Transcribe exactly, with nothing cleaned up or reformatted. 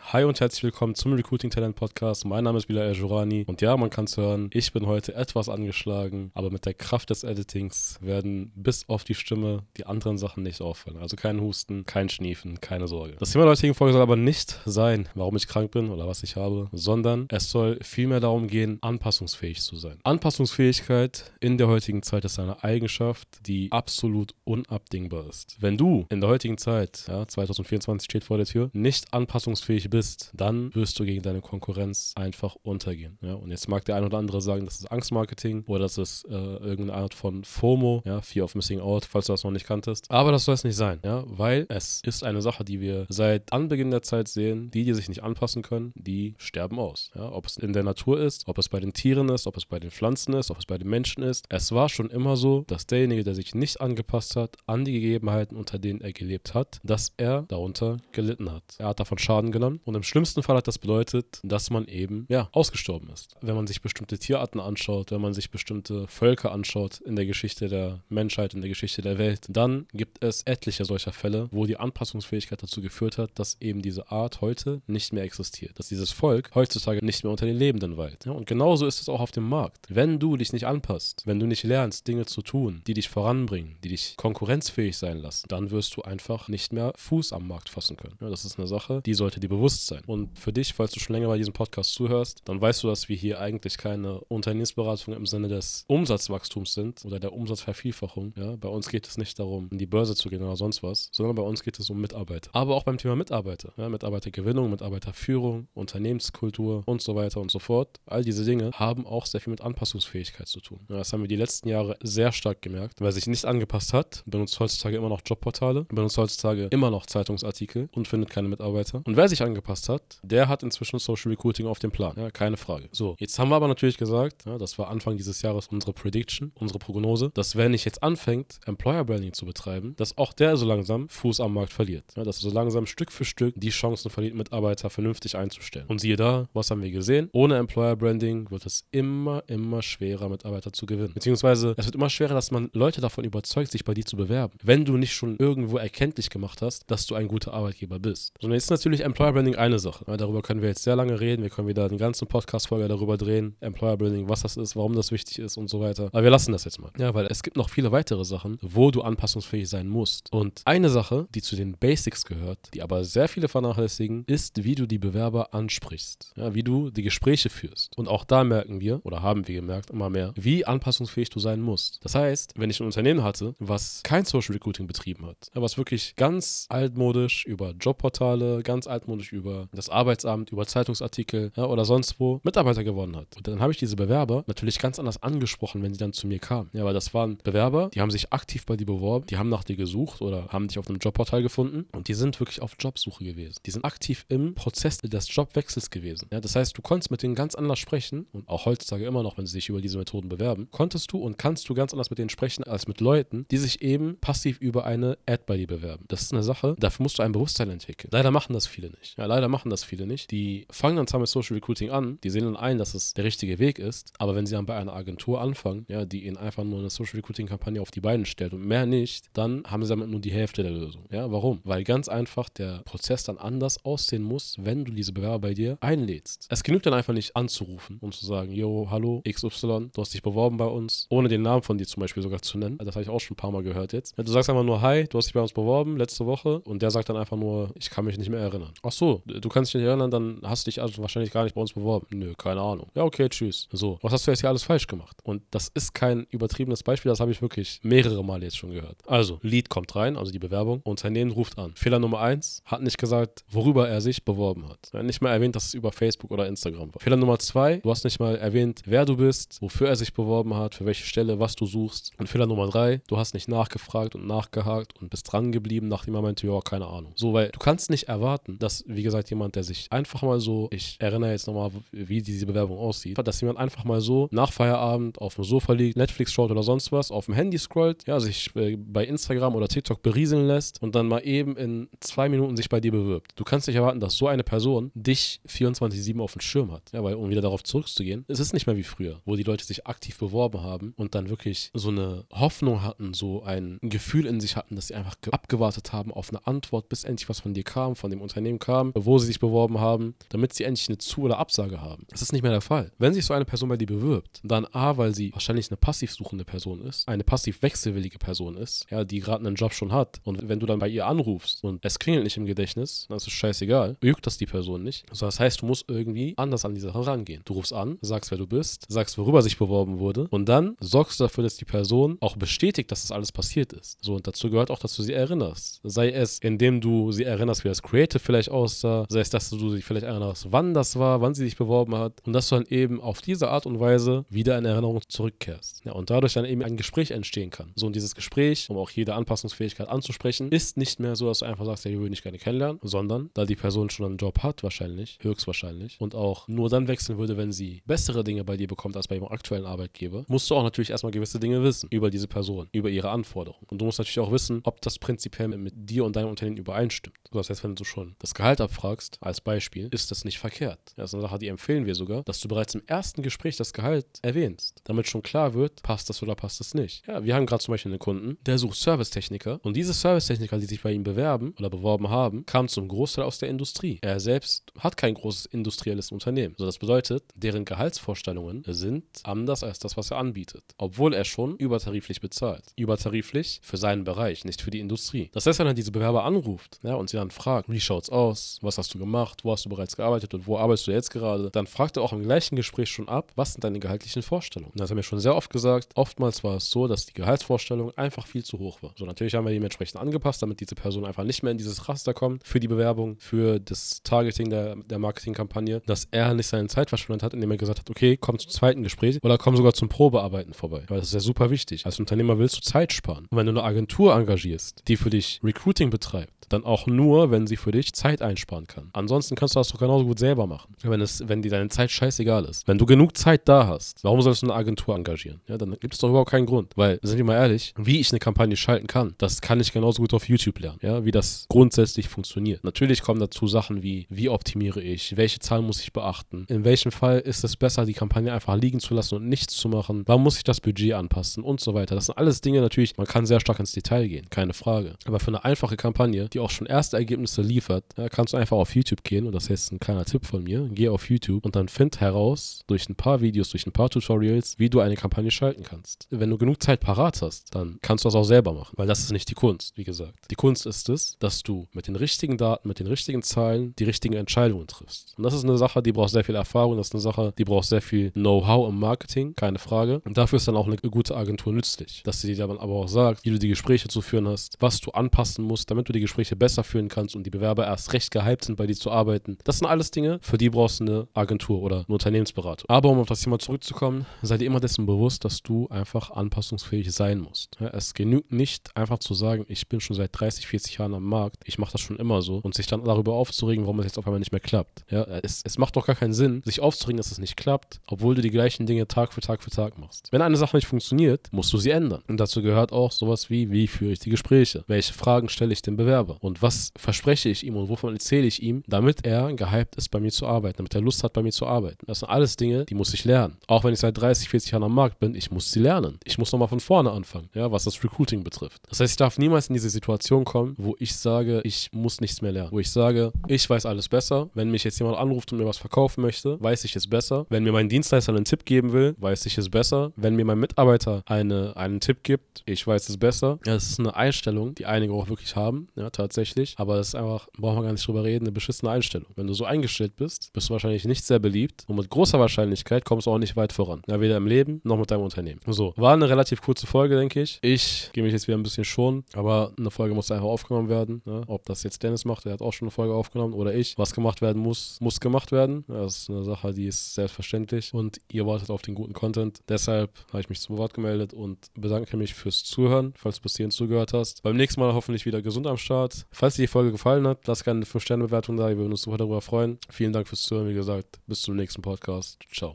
Hi und herzlich willkommen zum Recruiting Talent Podcast. Mein Name ist Bilal El-Jourani und ja, man kann es hören, ich bin heute etwas angeschlagen, aber mit der Kraft des Editings werden bis auf die Stimme die anderen Sachen nicht auffallen. Also kein Husten, kein Schniefen, keine Sorge. Das Thema der heutigen Folge soll aber nicht sein, warum ich krank bin oder was ich habe, sondern es soll vielmehr darum gehen, anpassungsfähig zu sein. Anpassungsfähigkeit in der heutigen Zeit ist eine Eigenschaft, die absolut unabdingbar ist. Wenn du in der heutigen Zeit, ja, zwanzig vierundzwanzig steht vor der Tür, nicht anpassungsfähig bist, dann wirst du gegen deine Konkurrenz einfach untergehen. Ja? Und jetzt mag der ein oder andere sagen, das ist Angstmarketing oder das ist äh, irgendeine Art von FOMO, ja, Fear of Missing Out, falls du das noch nicht kanntest. Aber das soll es nicht sein, ja, weil es ist eine Sache, die wir seit Anbeginn der Zeit sehen. Die, die sich nicht anpassen können, die sterben aus. Ja? Ob es in der Natur ist, ob es bei den Tieren ist, ob es bei den Pflanzen ist, ob es bei den Menschen ist. Es war schon immer so, dass derjenige, der sich nicht angepasst hat an die Gegebenheiten, unter denen er gelebt hat, dass er darunter gelitten hat. Er hat davon Schaden genommen. Und im schlimmsten Fall hat das bedeutet, dass man eben, ja, ausgestorben ist. Wenn man sich bestimmte Tierarten anschaut, wenn man sich bestimmte Völker anschaut in der Geschichte der Menschheit, in der Geschichte der Welt, dann gibt es etliche solcher Fälle, wo die Anpassungsfähigkeit dazu geführt hat, dass eben diese Art heute nicht mehr existiert. Dass dieses Volk heutzutage nicht mehr unter den Lebenden weilt. Ja, und genauso ist es auch auf dem Markt. Wenn du dich nicht anpasst, wenn du nicht lernst, Dinge zu tun, die dich voranbringen, die dich konkurrenzfähig sein lassen, dann wirst du einfach nicht mehr Fuß am Markt fassen können. Ja, das ist eine Sache, die sollte dir bewusst sein. Und für dich, falls du schon länger bei diesem Podcast zuhörst, dann weißt du, dass wir hier eigentlich keine Unternehmensberatung im Sinne des Umsatzwachstums sind oder der Umsatzvervielfachung. Ja? Bei uns geht es nicht darum, in die Börse zu gehen oder sonst was, sondern bei uns geht es um Mitarbeiter. Aber auch beim Thema Mitarbeiter. Ja? Mitarbeitergewinnung, Mitarbeiterführung, Unternehmenskultur und so weiter und so fort. All diese Dinge haben auch sehr viel mit Anpassungsfähigkeit zu tun. Ja, das haben wir die letzten Jahre sehr stark gemerkt. Wer sich nicht angepasst hat, benutzt heutzutage immer noch Jobportale, benutzt heutzutage immer noch Zeitungsartikel und findet keine Mitarbeiter. Und wer sich angepasst hat, der hat inzwischen Social Recruiting auf dem Plan. Ja, keine Frage. So, jetzt haben wir aber natürlich gesagt, ja, das war Anfang dieses Jahres unsere Prediction, unsere Prognose, dass wenn ich jetzt anfängt, Employer Branding zu betreiben, dass auch der so langsam Fuß am Markt verliert. Ja, dass er so langsam Stück für Stück die Chancen verliert, Mitarbeiter vernünftig einzustellen. Und siehe da, was haben wir gesehen? Ohne Employer Branding wird es immer, immer schwerer, Mitarbeiter zu gewinnen. Beziehungsweise es wird immer schwerer, dass man Leute davon überzeugt, sich bei dir zu bewerben. Wenn du nicht schon irgendwo erkenntlich gemacht hast, dass du ein guter Arbeitgeber bist. So, und jetzt ist natürlich Employer Branding eine Sache. Ja, darüber können wir jetzt sehr lange reden. Wir können wieder eine ganze Podcast-Folge darüber drehen. Employer Branding, was das ist, warum das wichtig ist und so weiter. Aber wir lassen das jetzt mal. Ja, weil es gibt noch viele weitere Sachen, wo du anpassungsfähig sein musst. Und eine Sache, die zu den Basics gehört, die aber sehr viele vernachlässigen, ist, wie du die Bewerber ansprichst. Ja, wie du die Gespräche führst. Und auch da merken wir, oder haben wir gemerkt, immer mehr, wie anpassungsfähig du sein musst. Das heißt, wenn ich ein Unternehmen hatte, was kein Social Recruiting betrieben hat, was wirklich ganz altmodisch über Jobportale, ganz altmodisch über das Arbeitsamt, über Zeitungsartikel, ja, oder sonst wo Mitarbeiter gewonnen hat. Und dann habe ich diese Bewerber natürlich ganz anders angesprochen, wenn sie dann zu mir kamen. Ja, weil das waren Bewerber, die haben sich aktiv bei dir beworben, die haben nach dir gesucht oder haben dich auf einem Jobportal gefunden und die sind wirklich auf Jobsuche gewesen. Die sind aktiv im Prozess des Jobwechsels gewesen. Ja, das heißt, du konntest mit denen ganz anders sprechen und auch heutzutage immer noch, wenn sie sich über diese Methoden bewerben, konntest du und kannst du ganz anders mit denen sprechen als mit Leuten, die sich eben passiv über eine Ad bei dir bewerben. Das ist eine Sache, dafür musst du ein Bewusstsein entwickeln. Leider machen das viele nicht. Ja, leider machen das viele nicht. Die fangen dann zwar mit Social Recruiting an, die sehen dann ein, dass es der richtige Weg ist, aber wenn sie dann bei einer Agentur anfangen, ja, die ihnen einfach nur eine Social Recruiting-Kampagne auf die Beine stellt und mehr nicht, dann haben sie damit nur die Hälfte der Lösung. Ja, warum? Weil ganz einfach der Prozess dann anders aussehen muss, wenn du diese Bewerber bei dir einlädst. Es genügt dann einfach nicht anzurufen und zu sagen, yo, hallo, X Y, du hast dich beworben bei uns, ohne den Namen von dir zum Beispiel sogar zu nennen. Das habe ich auch schon ein paar Mal gehört jetzt. Ja, du sagst einfach nur, hi, du hast dich bei uns beworben, letzte Woche, und der sagt dann einfach nur, ich kann mich nicht mehr erinnern. Ach so, du kannst dich nicht erinnern, dann hast du dich also wahrscheinlich gar nicht bei uns beworben. Nö, keine Ahnung. Ja, okay, tschüss. So, was hast du jetzt hier alles falsch gemacht? Und das ist kein übertriebenes Beispiel, das habe ich wirklich mehrere Male jetzt schon gehört. Also, Lead kommt rein, also die Bewerbung, Unternehmen ruft an. Fehler Nummer eins, hat nicht gesagt, worüber er sich beworben hat. Er hat nicht mal erwähnt, dass es über Facebook oder Instagram war. Fehler Nummer zwei, du hast nicht mal erwähnt, wer du bist, wofür er sich beworben hat, für welche Stelle, was du suchst. Und Fehler Nummer drei, du hast nicht nachgefragt und nachgehakt und bist dran geblieben, nachdem er meinte, ja, keine Ahnung. So, weil du kannst nicht erwarten, dass, wie gesagt, jemand, der sich einfach mal so, ich erinnere jetzt nochmal, wie diese Bewerbung aussieht, dass jemand einfach mal so nach Feierabend auf dem Sofa liegt, Netflix schaut oder sonst was, auf dem Handy scrollt, ja, sich äh, bei Instagram oder TikTok berieseln lässt und dann mal eben in zwei Minuten sich bei dir bewirbt. Du kannst nicht erwarten, dass so eine Person dich vierundzwanzig sieben auf dem Schirm hat. Ja, weil, um wieder darauf zurückzugehen, es ist nicht mehr wie früher, wo die Leute sich aktiv beworben haben und dann wirklich so eine Hoffnung hatten, so ein Gefühl in sich hatten, dass sie einfach ge- abgewartet haben auf eine Antwort, bis endlich was von dir kam, von dem Unternehmen kam. wo sie sich beworben haben, damit sie endlich eine Zu- oder Absage haben. Das ist nicht mehr der Fall. Wenn sich so eine Person bei dir bewirbt, dann A, weil sie wahrscheinlich eine passiv suchende Person ist, eine passiv wechselwillige Person ist, ja, die gerade einen Job schon hat, und wenn du dann bei ihr anrufst und es klingelt nicht im Gedächtnis, dann ist es scheißegal, juckt das die Person nicht. Also das heißt, du musst irgendwie anders an die Sache rangehen. Du rufst an, sagst, wer du bist, sagst, worüber sich beworben wurde, und dann sorgst du dafür, dass die Person auch bestätigt, dass das alles passiert ist. So, und dazu gehört auch, dass du sie erinnerst. Sei es, indem du sie erinnerst, wie das Creative vielleicht aussah, sei es, dass du sie vielleicht erinnerst, wann das war, wann sie sich beworben hat, und dass du dann eben auf diese Art und Weise wieder in Erinnerung zurückkehrst. Ja, und dadurch dann eben ein Gespräch entstehen kann. So, und dieses Gespräch, um auch jede Anpassungsfähigkeit anzusprechen, ist nicht mehr so, dass du einfach sagst, ja, ich will dich gerne kennenlernen, sondern da die Person schon einen Job hat, wahrscheinlich, höchstwahrscheinlich, und auch nur dann wechseln würde, wenn sie bessere Dinge bei dir bekommt als bei ihrem aktuellen Arbeitgeber, musst du auch natürlich erstmal gewisse Dinge wissen über diese Person, über ihre Anforderungen. Und du musst natürlich auch wissen, ob das prinzipiell mit dir und deinem Unternehmen übereinstimmt. Das heißt, wenn du schon das Gehalt abfragst, als Beispiel, ist das nicht verkehrt. Das ist eine Sache, die empfehlen wir sogar, dass du bereits im ersten Gespräch das Gehalt erwähnst, damit schon klar wird, passt das oder passt das nicht. Ja, wir haben gerade zum Beispiel einen Kunden, der sucht Servicetechniker, und diese Servicetechniker, die sich bei ihm bewerben oder beworben haben, kamen zum Großteil aus der Industrie. Er selbst hat kein großes industrielles Unternehmen. Also das bedeutet, deren Gehaltsvorstellungen sind anders als das, was er anbietet, obwohl er schon übertariflich bezahlt. Übertariflich für seinen Bereich, nicht für die Industrie. Das heißt, wenn er diese Bewerber anruft, ja, und sie dann fragt, wie schaut's aus, was hast du gemacht, wo hast du bereits gearbeitet und wo arbeitest du jetzt gerade, dann fragt er auch im gleichen Gespräch schon ab, was sind deine gehaltlichen Vorstellungen. Und das haben wir schon sehr oft gesagt, oftmals war es so, dass die Gehaltsvorstellung einfach viel zu hoch war. So, natürlich haben wir die entsprechend angepasst, damit diese Person einfach nicht mehr in dieses Raster kommt für die Bewerbung, für das Targeting der, der Marketingkampagne, dass er nicht seine Zeit verschwendet hat, indem er gesagt hat, okay, komm zum zweiten Gespräch oder komm sogar zum Probearbeiten vorbei. Weil das ist ja super wichtig. Als Unternehmer willst du Zeit sparen. Und wenn du eine Agentur engagierst, die für dich Recruiting betreibt, dann auch nur, wenn sie für dich Zeit einsparen kann. Ansonsten kannst du das doch genauso gut selber machen. Wenn, es, wenn dir deine Zeit scheißegal ist. Wenn du genug Zeit da hast, warum sollst du eine Agentur engagieren? Ja, dann gibt es doch überhaupt keinen Grund. Weil, sind wir mal ehrlich, wie ich eine Kampagne schalten kann, das kann ich genauso gut auf YouTube lernen. Ja, wie das grundsätzlich funktioniert. Natürlich kommen dazu Sachen wie, wie optimiere ich, welche Zahlen muss ich beachten, in welchem Fall ist es besser, die Kampagne einfach liegen zu lassen und nichts zu machen, wann muss ich das Budget anpassen und so weiter. Das sind alles Dinge natürlich, man kann sehr stark ins Detail gehen, keine Frage. Aber für eine einfache Kampagne, die auch schon erste Ergebnisse liefert, ja, kannst du einfach auf YouTube gehen, und das ist ein kleiner Tipp von mir, geh auf YouTube und dann find heraus, durch ein paar Videos, durch ein paar Tutorials, wie du eine Kampagne schalten kannst. Wenn du genug Zeit parat hast, dann kannst du das auch selber machen, weil das ist nicht die Kunst, wie gesagt. Die Kunst ist es, dass du mit den richtigen Daten, mit den richtigen Zahlen die richtigen Entscheidungen triffst. Und das ist eine Sache, die braucht sehr viel Erfahrung, das ist eine Sache, die braucht sehr viel Know-how im Marketing, keine Frage. Und dafür ist dann auch eine gute Agentur nützlich, dass sie dir dann aber auch sagt, wie du die Gespräche zu führen hast, was du anpassen musst, damit du die Gespräche besser führen kannst und die Bewerber erst recht gehypt sind, bei dir zu arbeiten. Das sind alles Dinge, für die brauchst du eine Agentur oder eine Unternehmensberatung. Aber um auf das Thema zurückzukommen, sei dir immer dessen bewusst, dass du einfach anpassungsfähig sein musst. Ja, es genügt nicht, einfach zu sagen, ich bin schon seit dreißig, vierzig Jahren am Markt, ich mache das schon immer so, und sich dann darüber aufzuregen, warum es jetzt auf einmal nicht mehr klappt. Ja, es, es macht doch gar keinen Sinn, sich aufzuregen, dass es nicht klappt, obwohl du die gleichen Dinge Tag für Tag für Tag machst. Wenn eine Sache nicht funktioniert, musst du sie ändern. Und dazu gehört auch sowas wie, wie führe ich die Gespräche? Welche Fragen stelle ich dem Bewerber? Und was verspreche ich ihm und wovon erzähle ich ihm, damit er gehypt ist, bei mir zu arbeiten, damit er Lust hat, bei mir zu arbeiten. Das sind alles Dinge, die muss ich lernen. Auch wenn ich seit dreißig, vierzig Jahren am Markt bin, ich muss sie lernen. Ich muss nochmal von vorne anfangen, ja, was das Recruiting betrifft. Das heißt, ich darf niemals in diese Situation kommen, wo ich sage, ich muss nichts mehr lernen. Wo ich sage, ich weiß alles besser. Wenn mich jetzt jemand anruft und mir was verkaufen möchte, weiß ich es besser. Wenn mir mein Dienstleister einen Tipp geben will, weiß ich es besser. Wenn mir mein Mitarbeiter eine, einen Tipp gibt, ich weiß es besser. Ja, das ist eine Einstellung, die einige auch wirklich haben, ja, tatsächlich. Aber das ist einfach, brauchen wir gar nicht drüber reden, eine beschissene Einstellung. Wenn du so eingestellt bist, bist du wahrscheinlich nicht sehr beliebt und mit großer Wahrscheinlichkeit kommst du auch nicht weit voran. Ja, weder im Leben noch mit deinem Unternehmen. So, war eine relativ kurze Folge, denke ich. Ich gehe mich jetzt wieder ein bisschen schonen, aber eine Folge muss einfach aufgenommen werden. Ja, ob das jetzt Dennis macht, der hat auch schon eine Folge aufgenommen, oder ich. Was gemacht werden muss, muss gemacht werden. Ja, das ist eine Sache, die ist selbstverständlich und ihr wartet auf den guten Content. Deshalb habe ich mich zum Wort gemeldet und bedanke mich fürs Zuhören, falls du bis hierhin zugehört hast. Beim nächsten Mal hoffentlich wieder gesund am Start. Falls dir die Folge gefallen hat, lass gerne eine fünf Sterne Bewertung da, wir würden uns super darüber freuen. Vielen Dank fürs Zuhören, wie gesagt, bis zum nächsten Podcast. Ciao.